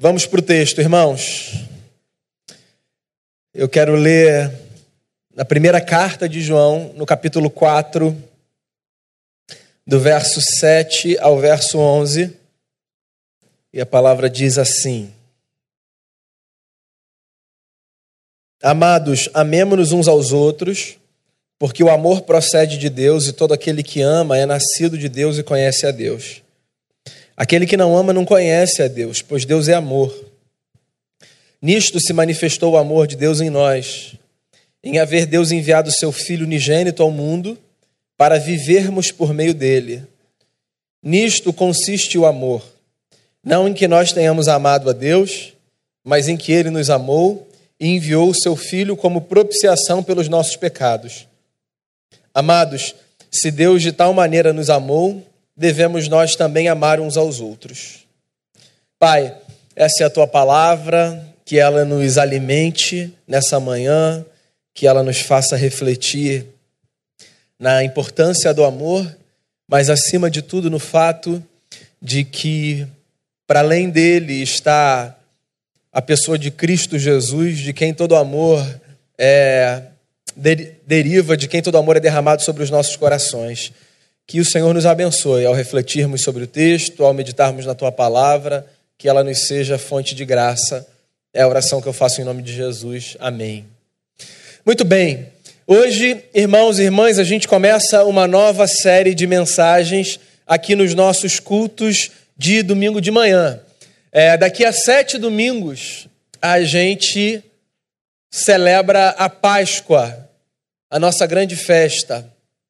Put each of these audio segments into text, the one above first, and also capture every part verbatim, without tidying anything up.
Vamos para o texto, irmãos. Eu quero ler na primeira carta de João, no capítulo quatro, do verso sete ao verso onze. E a palavra diz assim: Amados, amemo-nos uns aos outros, porque o amor procede de Deus, e todo aquele que ama é nascido de Deus e conhece a Deus. Aquele que não ama não conhece a Deus, pois Deus é amor. Nisto se manifestou o amor de Deus em nós, em haver Deus enviado o seu Filho unigênito ao mundo para vivermos por meio dele. Nisto consiste o amor, não em que nós tenhamos amado a Deus, mas em que ele nos amou e enviou o seu Filho como propiciação pelos nossos pecados. Amados, se Deus de tal maneira nos amou, devemos nós também amar uns aos outros. Pai, essa é a tua palavra, que ela nos alimente nessa manhã, que ela nos faça refletir na importância do amor, mas acima de tudo no fato de que, para além dele, está a pessoa de Cristo Jesus, de quem todo amor é, deriva, de quem todo amor é derramado sobre os nossos corações. Que o Senhor nos abençoe ao refletirmos sobre o texto, ao meditarmos na tua palavra, que ela nos seja fonte de graça. É a oração que eu faço em nome de Jesus. Amém. Muito bem. Hoje, irmãos e irmãs, a gente começa uma nova série de mensagens aqui nos nossos cultos de domingo de manhã. É, daqui a sete domingos, a gente celebra a Páscoa, a nossa grande festa.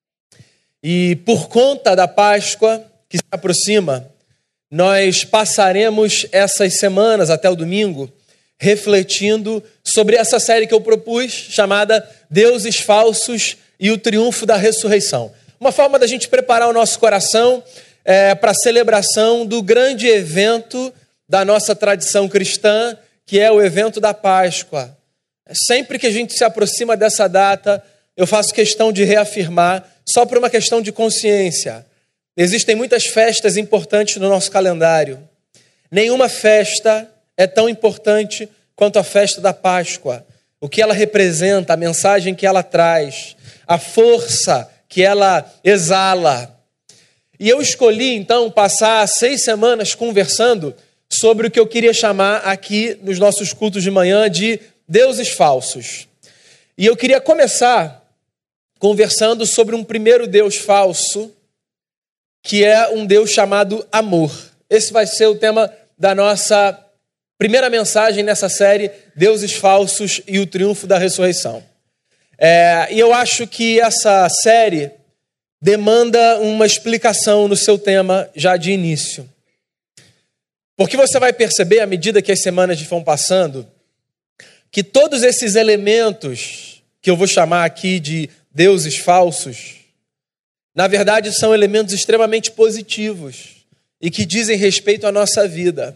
E por conta da Páscoa que se aproxima, nós passaremos essas semanas até o domingo refletindo sobre essa série que eu propus, chamada Deuses Falsos e o Triunfo da Ressurreição. Uma forma da gente preparar o nosso coração é, para a celebração do grande evento da nossa tradição cristã, que é o evento da Páscoa. Sempre que a gente se aproxima dessa data, eu faço questão de reafirmar, só por uma questão de consciência. Existem muitas festas importantes no nosso calendário. Nenhuma festa é tão importante quanto a festa da Páscoa. O que ela representa, a mensagem que ela traz, a força que ela exala. E eu escolhi, então, passar seis semanas conversando sobre o que eu queria chamar aqui nos nossos cultos de manhã de deuses falsos. E eu queria começar conversando sobre um primeiro Deus falso, que é um Deus chamado amor. Esse vai ser o tema da nossa primeira mensagem nessa série, Deuses Falsos e o Triunfo da Ressurreição. É, e eu acho que essa série demanda uma explicação no seu tema já de início. Porque você vai perceber, à medida que as semanas vão passando, que todos esses elementos que eu vou chamar aqui de deuses falsos, na verdade são elementos extremamente positivos e que dizem respeito à nossa vida.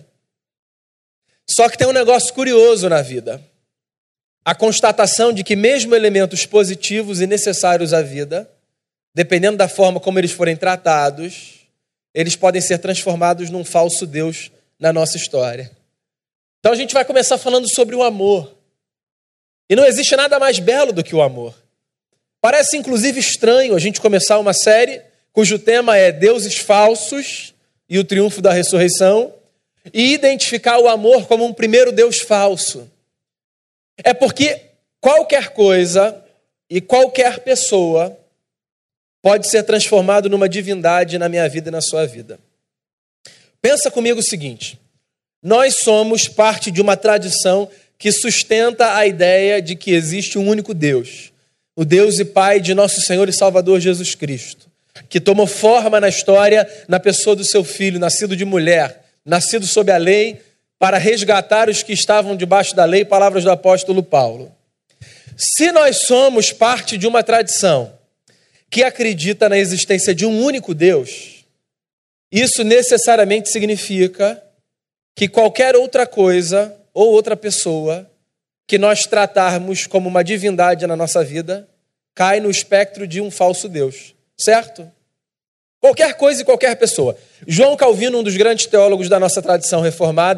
Só que tem um negócio curioso na vida. A constatação de que mesmo elementos positivos e necessários à vida, dependendo da forma como eles forem tratados, eles podem ser transformados num falso Deus na nossa história. Então a gente vai começar falando sobre o amor. E não existe nada mais belo do que o amor. Parece, inclusive, estranho a gente começar uma série cujo tema é Deuses Falsos e o Triunfo da Ressurreição e identificar o amor como um primeiro Deus falso. É porque qualquer coisa e qualquer pessoa pode ser transformado numa divindade na minha vida e na sua vida. Pensa comigo o seguinte: nós somos parte de uma tradição que sustenta a ideia de que existe um único Deus, o Deus e Pai de nosso Senhor e Salvador Jesus Cristo, que tomou forma na história na pessoa do seu Filho, nascido de mulher, nascido sob a lei, para resgatar os que estavam debaixo da lei, palavras do apóstolo Paulo. Se nós somos parte de uma tradição que acredita na existência de um único Deus, isso necessariamente significa que qualquer outra coisa ou outra pessoa que nós tratarmos como uma divindade na nossa vida cai no espectro de um falso Deus, certo? Qualquer coisa e qualquer pessoa. João Calvino, um dos grandes teólogos da nossa tradição reformada,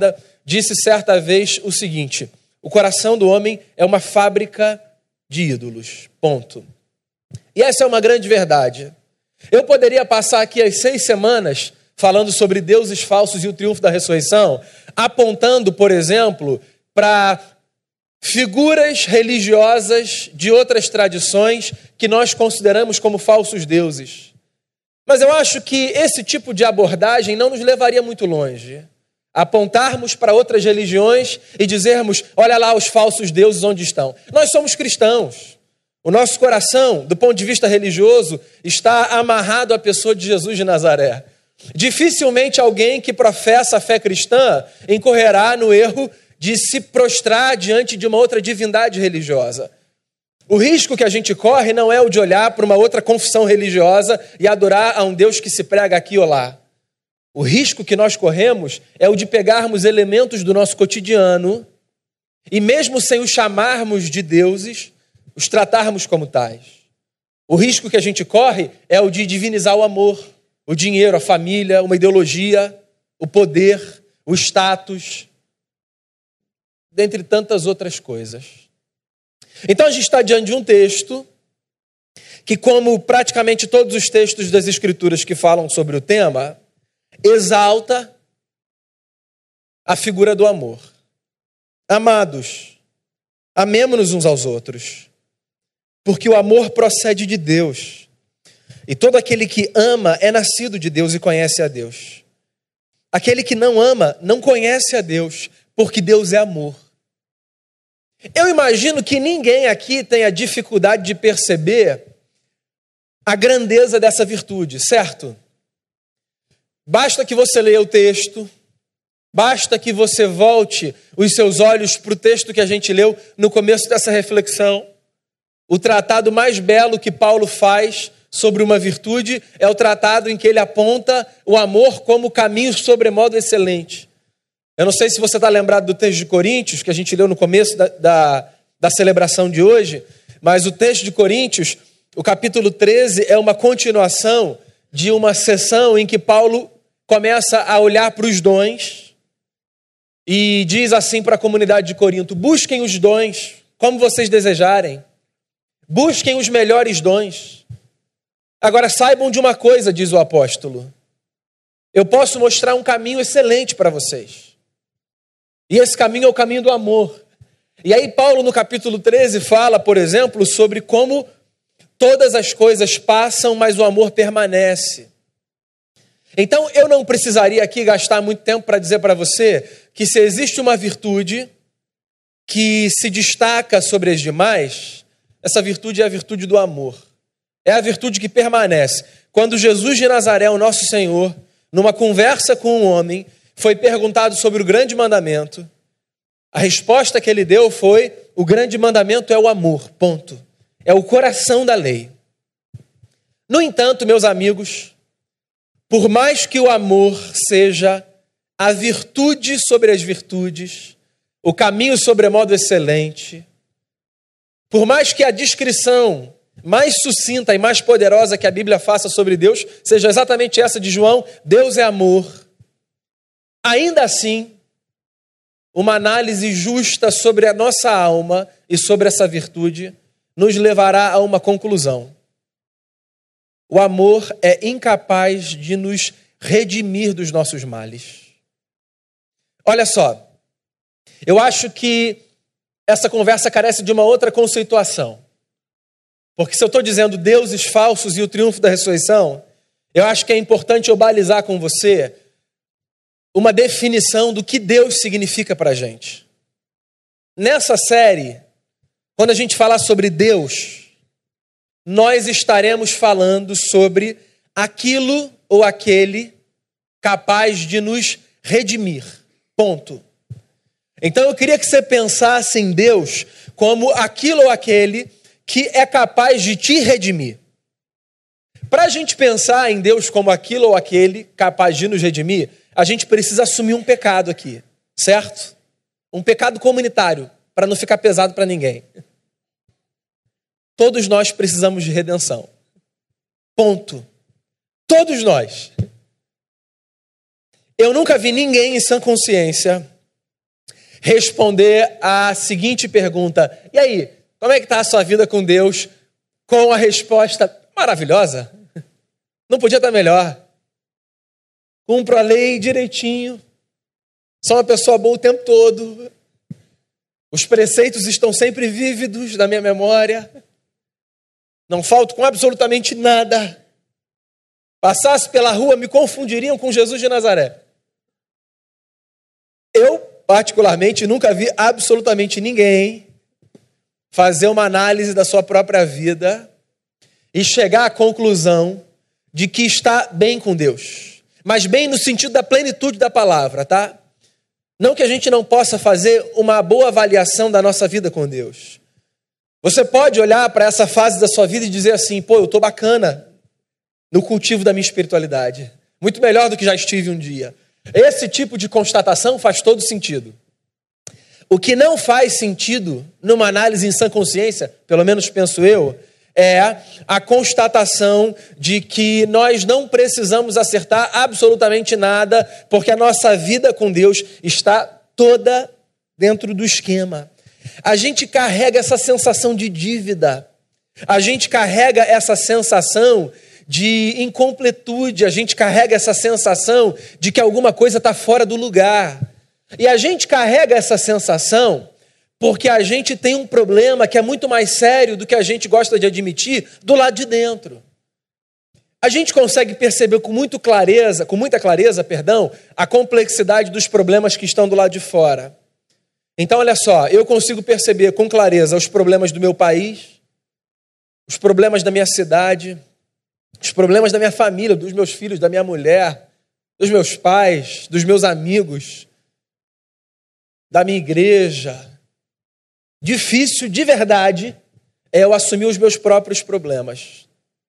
disse certa vez o seguinte: o coração do homem é uma fábrica de ídolos. Ponto. E essa é uma grande verdade. Eu poderia passar aqui as seis semanas falando sobre deuses falsos e o triunfo da ressurreição, apontando, por exemplo, para figuras religiosas de outras tradições que nós consideramos como falsos deuses. Mas eu acho que esse tipo de abordagem não nos levaria muito longe. Apontarmos para outras religiões e dizermos: olha lá os falsos deuses onde estão. Nós somos cristãos. O nosso coração, do ponto de vista religioso, está amarrado à pessoa de Jesus de Nazaré. Dificilmente alguém que professa a fé cristã incorrerá no erro de se prostrar diante de uma outra divindade religiosa. O risco que a gente corre não é o de olhar para uma outra confissão religiosa e adorar a um Deus que se prega aqui ou lá. O risco que nós corremos é o de pegarmos elementos do nosso cotidiano e, mesmo sem os chamarmos de deuses, os tratarmos como tais. O risco que a gente corre é o de divinizar o amor, o dinheiro, a família, uma ideologia, o poder, o status, dentre tantas outras coisas. Então a gente está diante de um texto que, como praticamente todos os textos das Escrituras que falam sobre o tema, exalta a figura do amor. Amados, amemo-nos uns aos outros, porque o amor procede de Deus. E todo aquele que ama é nascido de Deus e conhece a Deus. Aquele que não ama não conhece a Deus, porque Deus é amor. Eu imagino que ninguém aqui tenha dificuldade de perceber a grandeza dessa virtude, certo? Basta que você leia o texto, basta que você volte os seus olhos para o texto que a gente leu no começo dessa reflexão. O tratado mais belo que Paulo faz sobre uma virtude é o tratado em que ele aponta o amor como caminho sobremodo excelente. Eu não sei se você está lembrado do texto de Coríntios, que a gente leu no começo da, da, da celebração de hoje, mas o texto de Coríntios, o capítulo treze, é uma continuação de uma sessão em que Paulo começa a olhar para os dons e diz assim para a comunidade de Corinto: busquem os dons como vocês desejarem. Busquem os melhores dons. Agora saibam de uma coisa, diz o apóstolo: eu posso mostrar um caminho excelente para vocês. E esse caminho é o caminho do amor. E aí Paulo, no capítulo treze, fala, por exemplo, sobre como todas as coisas passam, mas o amor permanece. Então eu não precisaria aqui gastar muito tempo para dizer para você que se existe uma virtude que se destaca sobre as demais, essa virtude é a virtude do amor. É a virtude que permanece. Quando Jesus de Nazaré, o nosso Senhor, numa conversa com um homem, foi perguntado sobre o grande mandamento, a resposta que ele deu foi: o grande mandamento é o amor, ponto. É o coração da lei. No entanto, meus amigos, por mais que o amor seja a virtude sobre as virtudes, o caminho sobremodo excelente, por mais que a descrição mais sucinta e mais poderosa que a Bíblia faça sobre Deus seja exatamente essa de João: Deus é amor, ainda assim, uma análise justa sobre a nossa alma e sobre essa virtude nos levará a uma conclusão. O amor é incapaz de nos redimir dos nossos males. Olha só, eu acho que essa conversa carece de uma outra conceituação. Porque se eu estou dizendo deuses falsos e o triunfo da ressurreição, eu acho que é importante eu balizar com você uma definição do que Deus significa para a gente. Nessa série, quando a gente falar sobre Deus, nós estaremos falando sobre aquilo ou aquele capaz de nos redimir. Ponto. Então eu queria que você pensasse em Deus como aquilo ou aquele que é capaz de te redimir. Para a gente pensar em Deus como aquilo ou aquele capaz de nos redimir, a gente precisa assumir um pecado aqui, certo? Um pecado comunitário, para não ficar pesado para ninguém. Todos nós precisamos de redenção. Ponto. Todos nós. Eu nunca vi ninguém em sã consciência responder a seguinte pergunta: e aí, como é que está a sua vida com Deus? Com a resposta maravilhosa. Não podia estar melhor. Cumpro a lei direitinho. Sou uma pessoa boa o tempo todo. Os preceitos estão sempre vívidos na minha memória. Não falto com absolutamente nada. Passasse pela rua, me confundiriam com Jesus de Nazaré. Eu, particularmente, nunca vi absolutamente ninguém fazer uma análise da sua própria vida e chegar à conclusão de que está bem com Deus. Mas bem no sentido da plenitude da palavra, tá? Não que a gente não possa fazer uma boa avaliação da nossa vida com Deus. Você pode olhar para essa fase da sua vida e dizer assim: pô, eu estou bacana no cultivo da minha espiritualidade. Muito melhor do que já estive um dia. Esse tipo de constatação faz todo sentido. O que não faz sentido numa análise em sã consciência, pelo menos penso eu, é a constatação de que nós não precisamos acertar absolutamente nada, porque a nossa vida com Deus está toda dentro do esquema. A gente carrega essa sensação de dívida, a gente carrega essa sensação de incompletude, a gente carrega essa sensação de que alguma coisa está fora do lugar. E a gente carrega essa sensação porque a gente tem um problema que é muito mais sério do que a gente gosta de admitir do lado de dentro. A gente consegue perceber com muito clareza, com muita clareza, perdão, a complexidade dos problemas que estão do lado de fora. Então, olha só, eu consigo perceber com clareza os problemas do meu país, os problemas da minha cidade, os problemas da minha família, dos meus filhos, da minha mulher, dos meus pais, dos meus amigos, da minha igreja. Difícil, de verdade, é eu assumir os meus próprios problemas.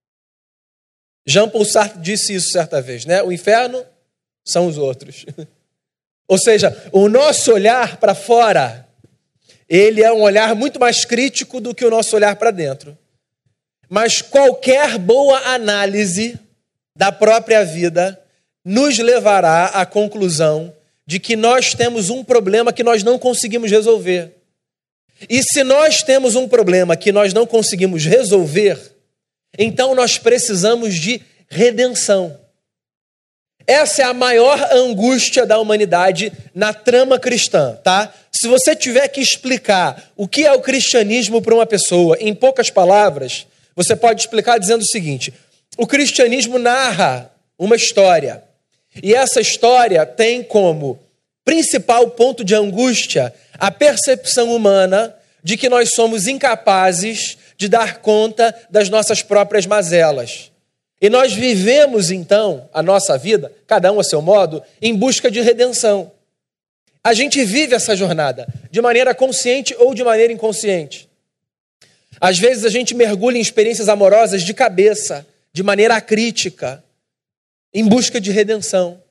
Jean Paul Sartre disse isso certa vez, né? O inferno são os outros. Ou seja, o nosso olhar para fora, ele é um olhar muito mais crítico do que o nosso olhar para dentro. Mas qualquer boa análise da própria vida nos levará à conclusão de que nós temos um problema que nós não conseguimos resolver. E se nós temos um problema que nós não conseguimos resolver, então nós precisamos de redenção. Essa é a maior angústia da humanidade na trama cristã, tá? Se você tiver que explicar o que é o cristianismo para uma pessoa, em poucas palavras, você pode explicar dizendo o seguinte: o cristianismo narra uma história, e essa história tem como principal ponto de angústia a percepção humana de que nós somos incapazes de dar conta das nossas próprias mazelas. E nós vivemos, então, a nossa vida, cada um a seu modo, em busca de redenção. A gente vive essa jornada de maneira consciente ou de maneira inconsciente. Às vezes a gente mergulha em experiências amorosas de cabeça, de maneira acrítica, em busca de redenção.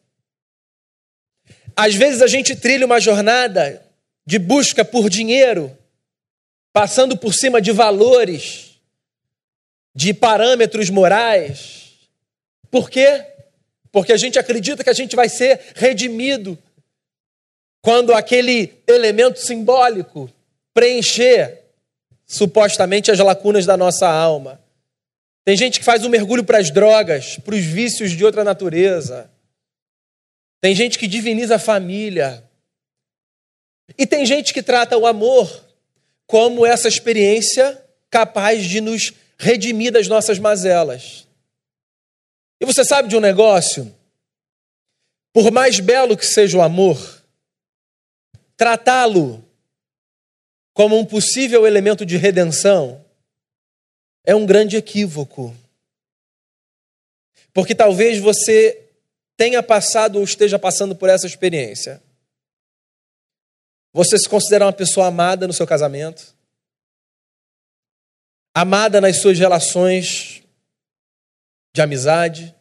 Às vezes a gente trilha uma jornada de busca por dinheiro, passando por cima de valores, de parâmetros morais. Por quê? Porque a gente acredita que a gente vai ser redimido quando aquele elemento simbólico preencher supostamente as lacunas da nossa alma. Tem gente que faz um mergulho para as drogas, para os vícios de outra natureza. Tem gente que diviniza a família. E tem gente que trata o amor como essa experiência capaz de nos redimir das nossas mazelas. E você sabe de um negócio? Por mais belo que seja o amor, tratá-lo como um possível elemento de redenção é um grande equívoco. Porque talvez você tenha passado ou esteja passando por essa experiência. Você se considera uma pessoa amada no seu casamento? Amada nas suas relações de amizade?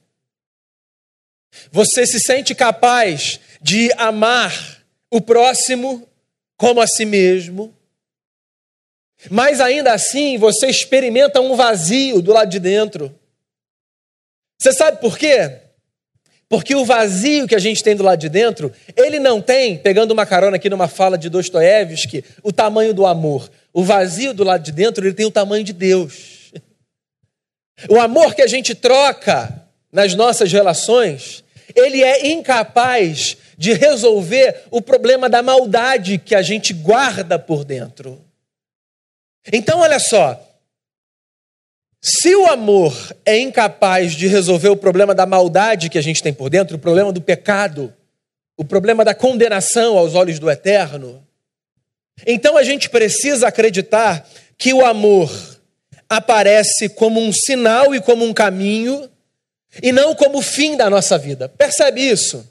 Você se sente capaz de amar o próximo como a si mesmo? Mas ainda assim você experimenta um vazio do lado de dentro. Você sabe por quê? Porque o vazio que a gente tem do lado de dentro, ele não tem, pegando uma carona aqui numa fala de Dostoiévski, o tamanho do amor. O vazio do lado de dentro, ele tem o tamanho de Deus. O amor que a gente troca nas nossas relações, ele é incapaz de resolver o problema da maldade que a gente guarda por dentro. Então, olha só. Se o amor é incapaz de resolver o problema da maldade que a gente tem por dentro, o problema do pecado, o problema da condenação aos olhos do Eterno, então a gente precisa acreditar que o amor aparece como um sinal e como um caminho, e não como o fim da nossa vida. Percebe isso?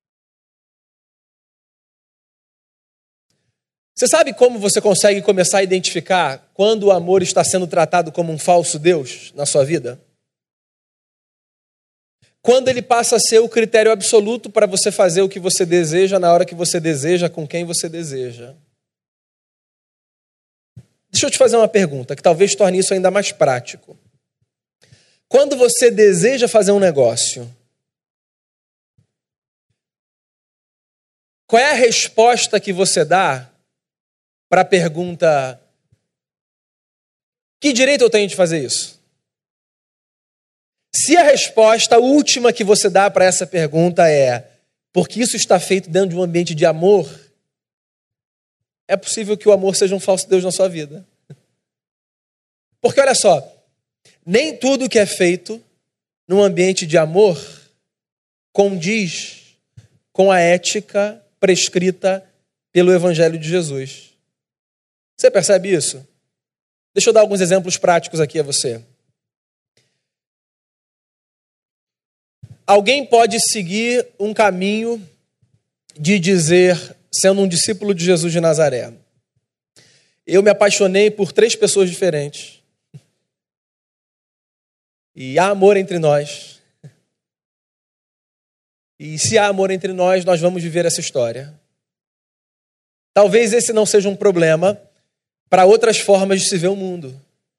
Você sabe como você consegue começar a identificar quando o amor está sendo tratado como um falso Deus na sua vida? Quando ele passa a ser o critério absoluto para você fazer o que você deseja, na hora que você deseja, com quem você deseja. Deixa eu te fazer uma pergunta que talvez torne isso ainda mais prático. Quando você deseja fazer um negócio, qual é a resposta que você dá para a pergunta: que direito eu tenho de fazer isso? Se a resposta última que você dá para essa pergunta é porque isso está feito dentro de um ambiente de amor, é possível que o amor seja um falso Deus na sua vida. Porque olha só, nem tudo que é feito num ambiente de amor condiz com a ética prescrita pelo Evangelho de Jesus. Você percebe isso? Deixa eu dar alguns exemplos práticos aqui a você. Alguém pode seguir um caminho de dizer, sendo um discípulo de Jesus de Nazaré: eu me apaixonei por três pessoas diferentes. E há amor entre nós. E se há amor entre nós, nós vamos viver essa história. Talvez esse não seja um problema para outras formas de se ver o mundo.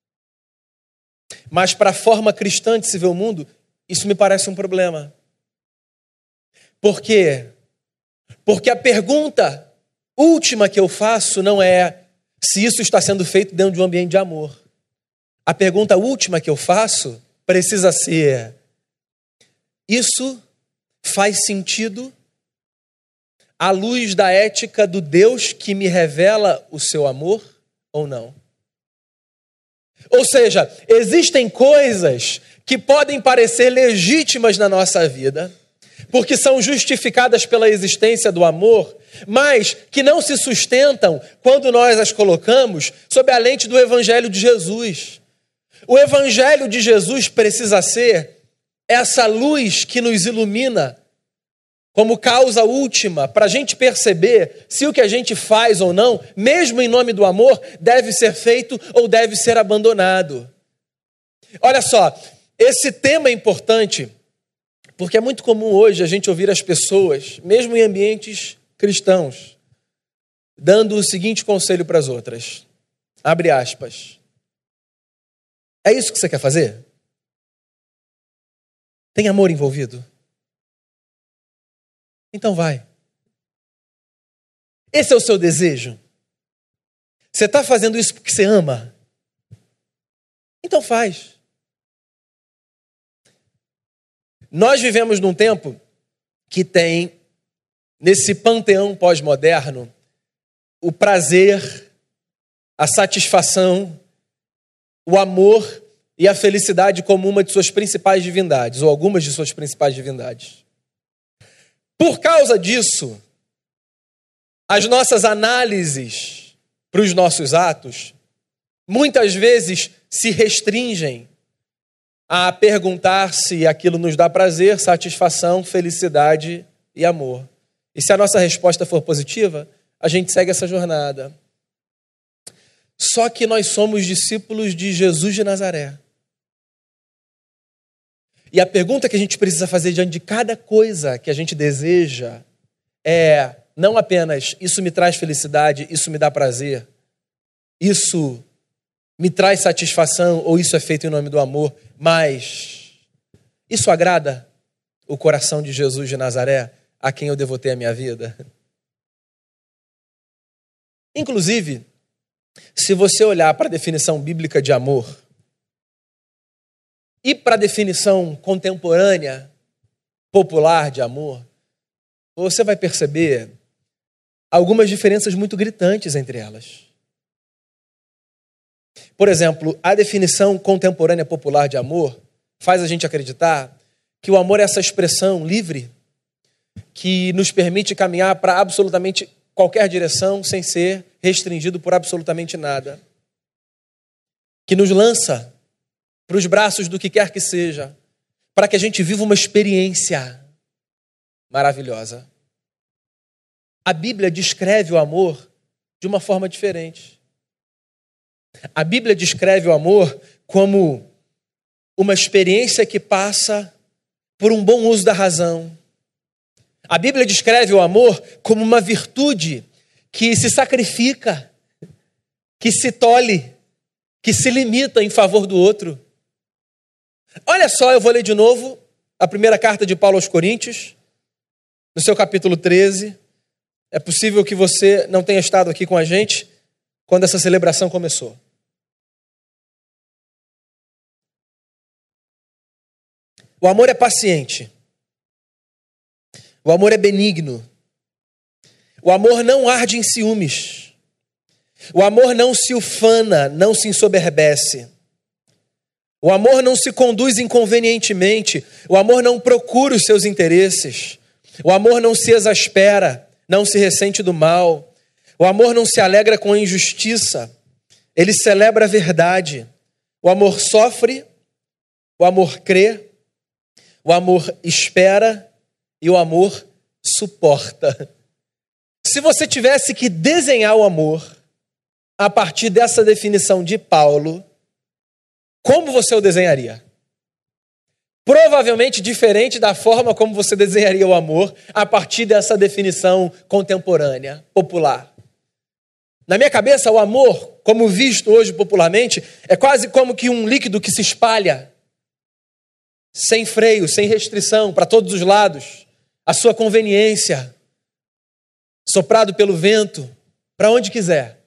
Mas para a forma cristã de se ver o mundo, isso me parece um problema. Por quê? Porque a pergunta última que eu faço não é se isso está sendo feito dentro de um ambiente de amor. A pergunta última que eu faço precisa ser: isso faz sentido à luz da ética do Deus que me revela o seu amor ou não? Ou seja, existem coisas que podem parecer legítimas na nossa vida, porque são justificadas pela existência do amor, mas que não se sustentam quando nós as colocamos sob a lente do Evangelho de Jesus. O Evangelho de Jesus precisa ser essa luz que nos ilumina como causa última para a gente perceber se o que a gente faz ou não, mesmo em nome do amor, deve ser feito ou deve ser abandonado. Olha só, esse tema é importante porque é muito comum hoje a gente ouvir as pessoas, mesmo em ambientes cristãos, dando o seguinte conselho para as outras. Abre aspas. É isso que você quer fazer? Tem amor envolvido? Então vai. Esse é o seu desejo? Você está fazendo isso porque você ama? Então faz. Nós vivemos num tempo que tem, nesse panteão pós-moderno, o prazer, a satisfação, o amor e a felicidade como uma de suas principais divindades, ou algumas de suas principais divindades. Por causa disso, as nossas análises para os nossos atos, muitas vezes se restringem a perguntar se aquilo nos dá prazer, satisfação, felicidade e amor. E se a nossa resposta for positiva, a gente segue essa jornada. Só que nós somos discípulos de Jesus de Nazaré. E a pergunta que a gente precisa fazer diante de cada coisa que a gente deseja é não apenas isso me traz felicidade, isso me dá prazer, isso me traz satisfação ou isso é feito em nome do amor, mas isso agrada o coração de Jesus de Nazaré, a quem eu devotei a minha vida? Inclusive, se você olhar para a definição bíblica de amor e para a definição contemporânea, popular de amor, você vai perceber algumas diferenças muito gritantes entre elas. Por exemplo, a definição contemporânea popular de amor faz a gente acreditar que o amor é essa expressão livre que nos permite caminhar para absolutamente qualquer direção sem ser restringido por absolutamente nada. Que nos lança para os braços do que quer que seja, para que a gente viva uma experiência maravilhosa. A Bíblia descreve o amor de uma forma diferente. A Bíblia descreve o amor como uma experiência que passa por um bom uso da razão. A Bíblia descreve o amor como uma virtude que se sacrifica, que se tolhe, que se limita em favor do outro. Olha só, eu vou ler de novo a primeira carta de Paulo aos Coríntios, no seu capítulo treze. É possível que você não tenha estado aqui com a gente quando essa celebração começou. O amor é paciente. O amor é benigno. O amor não arde em ciúmes. O amor não se ufana, não se ensoberbece. O amor não se conduz inconvenientemente. O amor não procura os seus interesses. O amor não se exaspera, não se ressente do mal. O amor não se alegra com a injustiça. Ele celebra a verdade. O amor sofre, o amor crê, o amor espera e o amor suporta. Se você tivesse que desenhar o amor a partir dessa definição de Paulo, como você o desenharia? Provavelmente diferente da forma como você desenharia o amor a partir dessa definição contemporânea, popular. Na minha cabeça, o amor, como visto hoje popularmente, é quase como que um líquido que se espalha, sem freio, sem restrição, para todos os lados, à sua conveniência, soprado pelo vento, para onde quiser.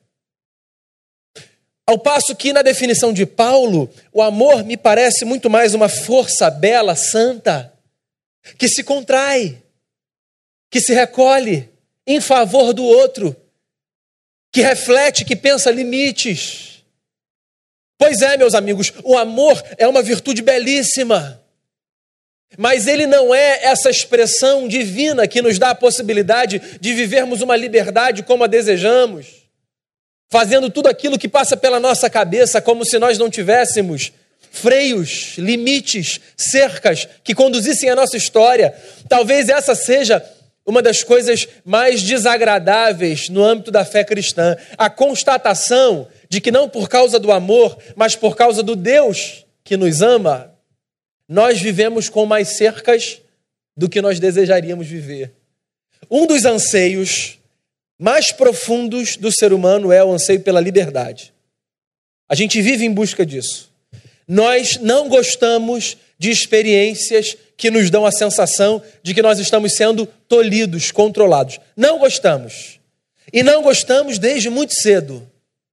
Ao passo que, na definição de Paulo, o amor me parece muito mais uma força bela, santa, que se contrai, que se recolhe em favor do outro, que reflete, que pensa limites. Pois é, meus amigos, o amor é uma virtude belíssima, mas ele não é essa expressão divina que nos dá a possibilidade de vivermos uma liberdade como a desejamos, fazendo tudo aquilo que passa pela nossa cabeça como se nós não tivéssemos freios, limites, cercas que conduzissem a nossa história. Talvez essa seja uma das coisas mais desagradáveis no âmbito da fé cristã, a constatação de que não por causa do amor, mas por causa do Deus que nos ama, nós vivemos com mais cercas do que nós desejaríamos viver. Um dos anseios mais profundos do ser humano é o anseio pela liberdade. A gente vive em busca disso. Nós não gostamos de experiências que nos dão a sensação de que nós estamos sendo tolhidos, controlados. Não gostamos. E não gostamos desde muito cedo.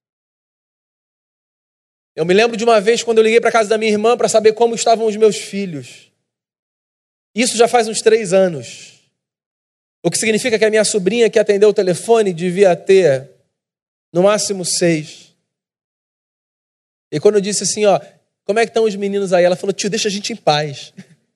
Eu me lembro de uma vez quando eu liguei para a casa da minha irmã para saber como estavam os meus filhos. Isso já faz uns três anos. O que significa que a minha sobrinha que atendeu o telefone devia ter, no máximo, seis. E quando eu disse assim, ó, como é que estão os meninos aí? Ela falou, tio, deixa a gente em paz.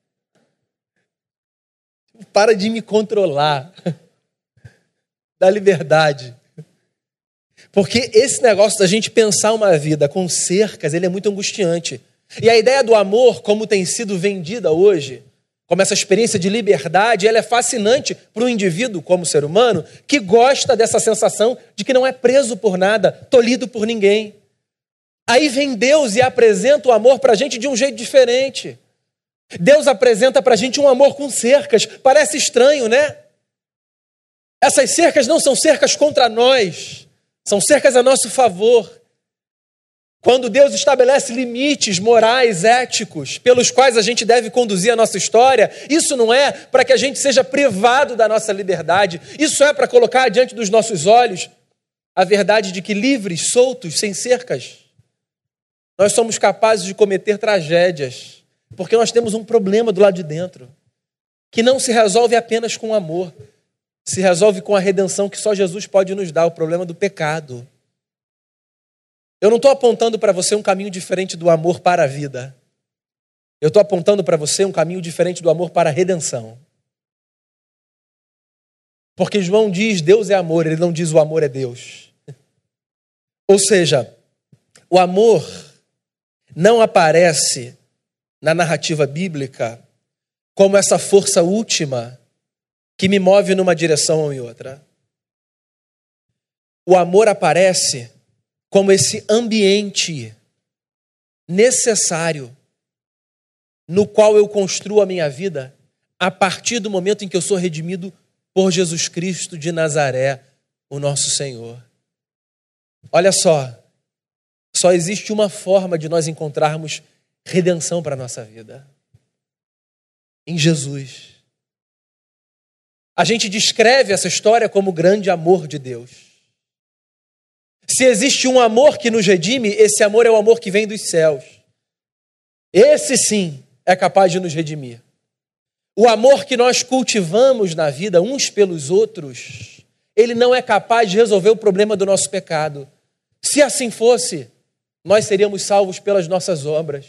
Para de me controlar. Dá liberdade. Porque esse negócio da gente pensar uma vida com cercas, ele é muito angustiante. E a ideia do amor, como tem sido vendida hoje, como essa experiência de liberdade, ela é fascinante para um indivíduo, como ser humano, que gosta dessa sensação de que não é preso por nada, tolhido por ninguém. Aí vem Deus e apresenta o amor para a gente de um jeito diferente. Deus apresenta para a gente um amor com cercas. Parece estranho, né? Essas cercas não são cercas contra nós, são cercas a nosso favor. Quando Deus estabelece limites morais, éticos, pelos quais a gente deve conduzir a nossa história, isso não é para que a gente seja privado da nossa liberdade, isso é para colocar diante dos nossos olhos a verdade de que livres, soltos, sem cercas, nós somos capazes de cometer tragédias, porque nós temos um problema do lado de dentro, que não se resolve apenas com amor, se resolve com a redenção que só Jesus pode nos dar, o problema do pecado. Eu não estou apontando para você um caminho diferente do amor para a vida. Eu estou apontando para você um caminho diferente do amor para a redenção. Porque João diz Deus é amor, ele não diz o amor é Deus. Ou seja, o amor não aparece na narrativa bíblica como essa força última que me move numa direção ou em outra. O amor aparece como esse ambiente necessário no qual eu construo a minha vida a partir do momento em que eu sou redimido por Jesus Cristo de Nazaré, o nosso Senhor. Olha só, só existe uma forma de nós encontrarmos redenção para a nossa vida. Em Jesus. A gente descreve essa história como o grande amor de Deus. Se existe um amor que nos redime, esse amor é o amor que vem dos céus. Esse sim é capaz de nos redimir. O amor que nós cultivamos na vida uns pelos outros, ele não é capaz de resolver o problema do nosso pecado. Se assim fosse, nós seríamos salvos pelas nossas obras.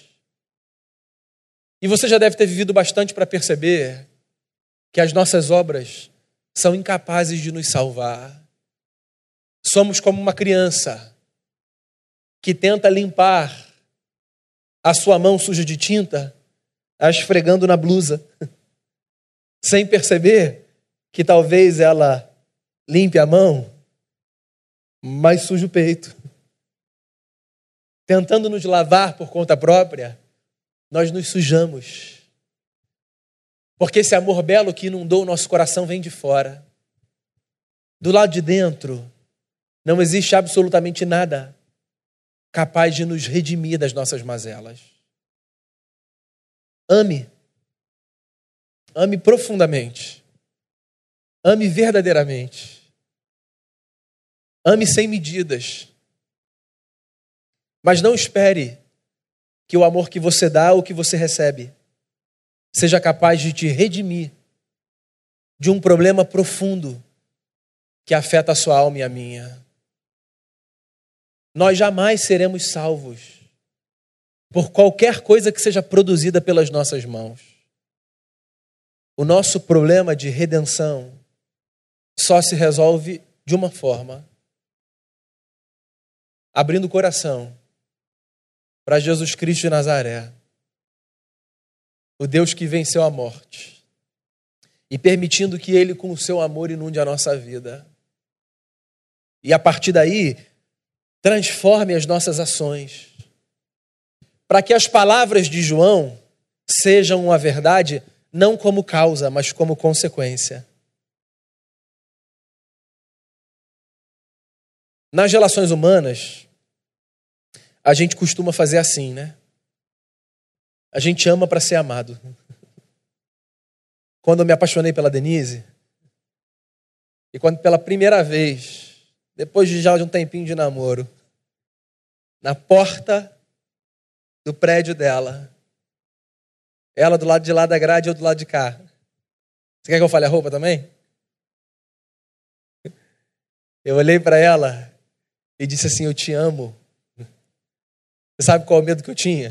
E você já deve ter vivido bastante para perceber que as nossas obras são incapazes de nos salvar. Somos como uma criança que tenta limpar a sua mão suja de tinta, a esfregando na blusa, sem perceber que talvez ela limpe a mão, mas suja o peito. Tentando nos lavar por conta própria, nós nos sujamos. Porque esse amor belo que inundou o nosso coração vem de fora. Do lado de dentro, não existe absolutamente nada capaz de nos redimir das nossas mazelas. Ame. Ame profundamente. Ame verdadeiramente. Ame sem medidas. Mas não espere que o amor que você dá ou que você recebe seja capaz de te redimir de um problema profundo que afeta a sua alma e a minha. Nós jamais seremos salvos por qualquer coisa que seja produzida pelas nossas mãos. O nosso problema de redenção só se resolve de uma forma: abrindo o coração para Jesus Cristo de Nazaré, o Deus que venceu a morte, e permitindo que Ele, com o seu amor, inunde a nossa vida. E a partir daí, transforme as nossas ações, para que as palavras de João sejam uma verdade não como causa, mas como consequência. Nas relações humanas, a gente costuma fazer assim, né? A gente ama para ser amado. Quando eu me apaixonei pela Denise, e quando pela primeira vez, depois de já de um tempinho de namoro, na porta do prédio dela, ela do lado de lá da grade e eu do lado de cá. Você quer que eu fale a roupa também? Eu olhei para ela e disse assim: eu te amo. Você sabe qual é o medo que eu tinha?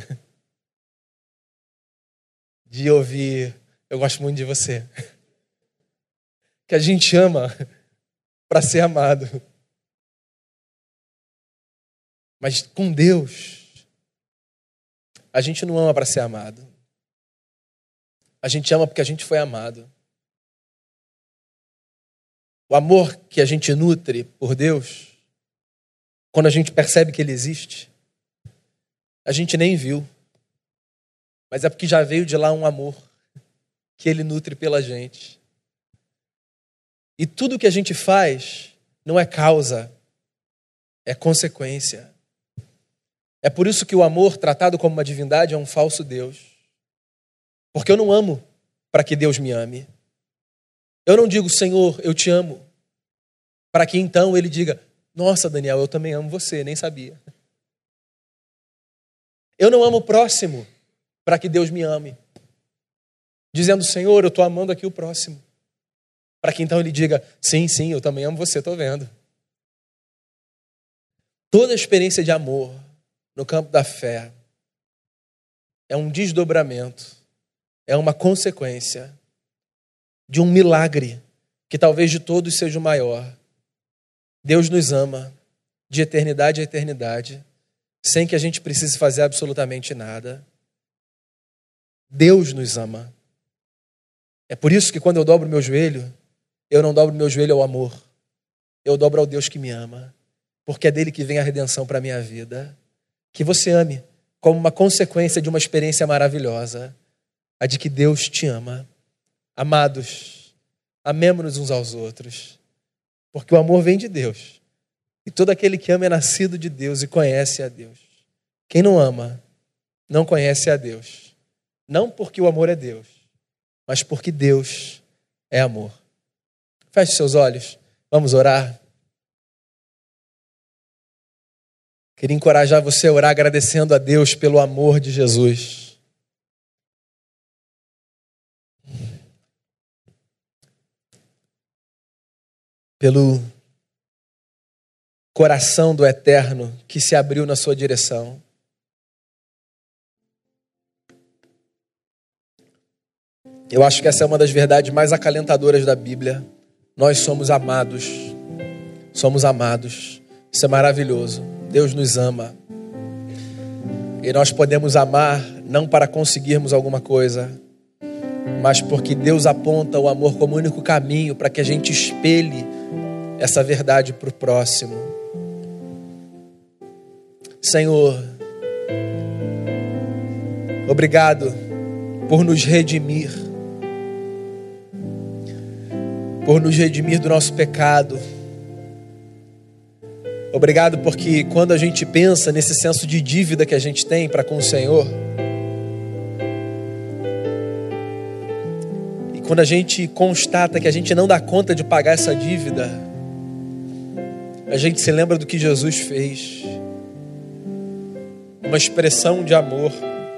De ouvir: eu gosto muito de você. Que a gente ama para ser amado. Mas com Deus, a gente não ama para ser amado. A gente ama porque a gente foi amado. O amor que a gente nutre por Deus, quando a gente percebe que Ele existe, a gente nem viu. Mas é porque já veio de lá um amor que Ele nutre pela gente. E tudo que a gente faz não é causa, é consequência. É por isso que o amor, tratado como uma divindade, é um falso Deus. Porque eu não amo para que Deus me ame. Eu não digo, Senhor, eu te amo, para que então ele diga, nossa, Daniel, eu também amo você, nem sabia. Eu não amo o próximo para que Deus me ame. Dizendo, Senhor, eu estou amando aqui o próximo. Para que então ele diga, sim, sim, eu também amo você, estou vendo. Toda experiência de amor no campo da fé é um desdobramento, é uma consequência de um milagre que talvez de todos seja o maior. Deus nos ama de eternidade a eternidade, sem que a gente precise fazer absolutamente nada. Deus nos ama. É por isso que quando eu dobro meu joelho, eu não dobro meu joelho ao amor. Eu dobro ao Deus que me ama. Porque é dele que vem a redenção para a minha vida. Que você ame como uma consequência de uma experiência maravilhosa. A de que Deus te ama. Amados, amemo-nos uns aos outros. Porque o amor vem de Deus. E todo aquele que ama é nascido de Deus e conhece a Deus. Quem não ama, não conhece a Deus. Não porque o amor é Deus, mas porque Deus é amor. Feche seus olhos, vamos orar. Queria encorajar você a orar agradecendo a Deus pelo amor de Jesus. Pelo coração do Eterno que se abriu na sua direção. Eu acho que essa é uma das verdades mais acalentadoras da Bíblia. Nós somos amados. Somos amados. Isso é maravilhoso. Deus nos ama. E nós podemos amar não para conseguirmos alguma coisa, mas porque Deus aponta o amor como único caminho para que a gente espelhe essa verdade para o próximo. Senhor, obrigado por nos redimir, por nos redimir do nosso pecado. Obrigado porque quando a gente pensa nesse senso de dívida que a gente tem para com o Senhor, e quando a gente constata que a gente não dá conta de pagar essa dívida, a gente se lembra do que Jesus fez. Uma expressão de amor.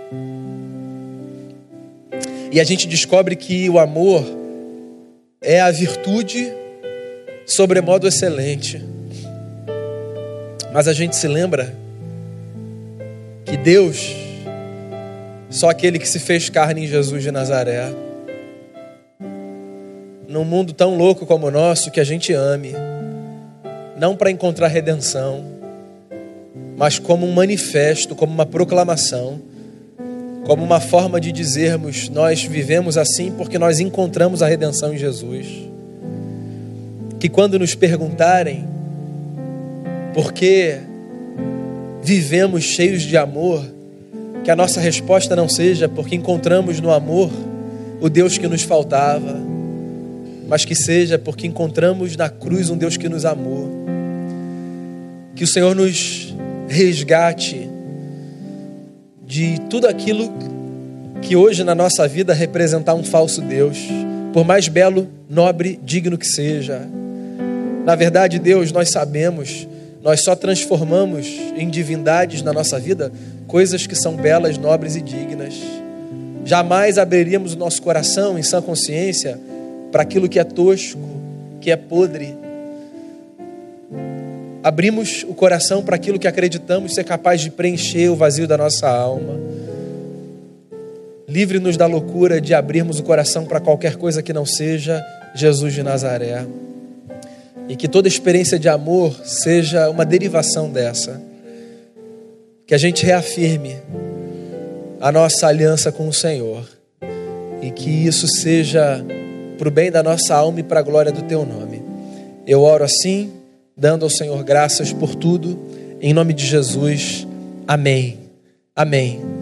E a gente descobre que o amor é a virtude sobremodo excelente. Mas a gente se lembra que Deus, só aquele que se fez carne em Jesus de Nazaré, num mundo tão louco como o nosso, que a gente ame, não para encontrar redenção, mas como um manifesto, como uma proclamação, como uma forma de dizermos, nós vivemos assim porque nós encontramos a redenção em Jesus. Que quando nos perguntarem por que vivemos cheios de amor, que a nossa resposta não seja porque encontramos no amor o Deus que nos faltava, mas que seja porque encontramos na cruz um Deus que nos amou. Que o Senhor nos resgate de tudo aquilo que hoje na nossa vida representar um falso Deus, por mais belo, nobre, digno que seja. Na verdade, Deus, nós sabemos, nós só transformamos em divindades na nossa vida coisas que são belas, nobres e dignas. Jamais abriríamos o nosso coração em sã consciência para aquilo que é tosco, que é podre. Abrimos o coração para aquilo que acreditamos ser capaz de preencher o vazio da nossa alma. Livre-nos da loucura de abrirmos o coração para qualquer coisa que não seja Jesus de Nazaré. E que toda experiência de amor seja uma derivação dessa. Que a gente reafirme a nossa aliança com o Senhor. E que isso seja para o bem da nossa alma e para a glória do Teu nome. Eu oro assim, dando ao Senhor graças por tudo. Em nome de Jesus. Amém. Amém.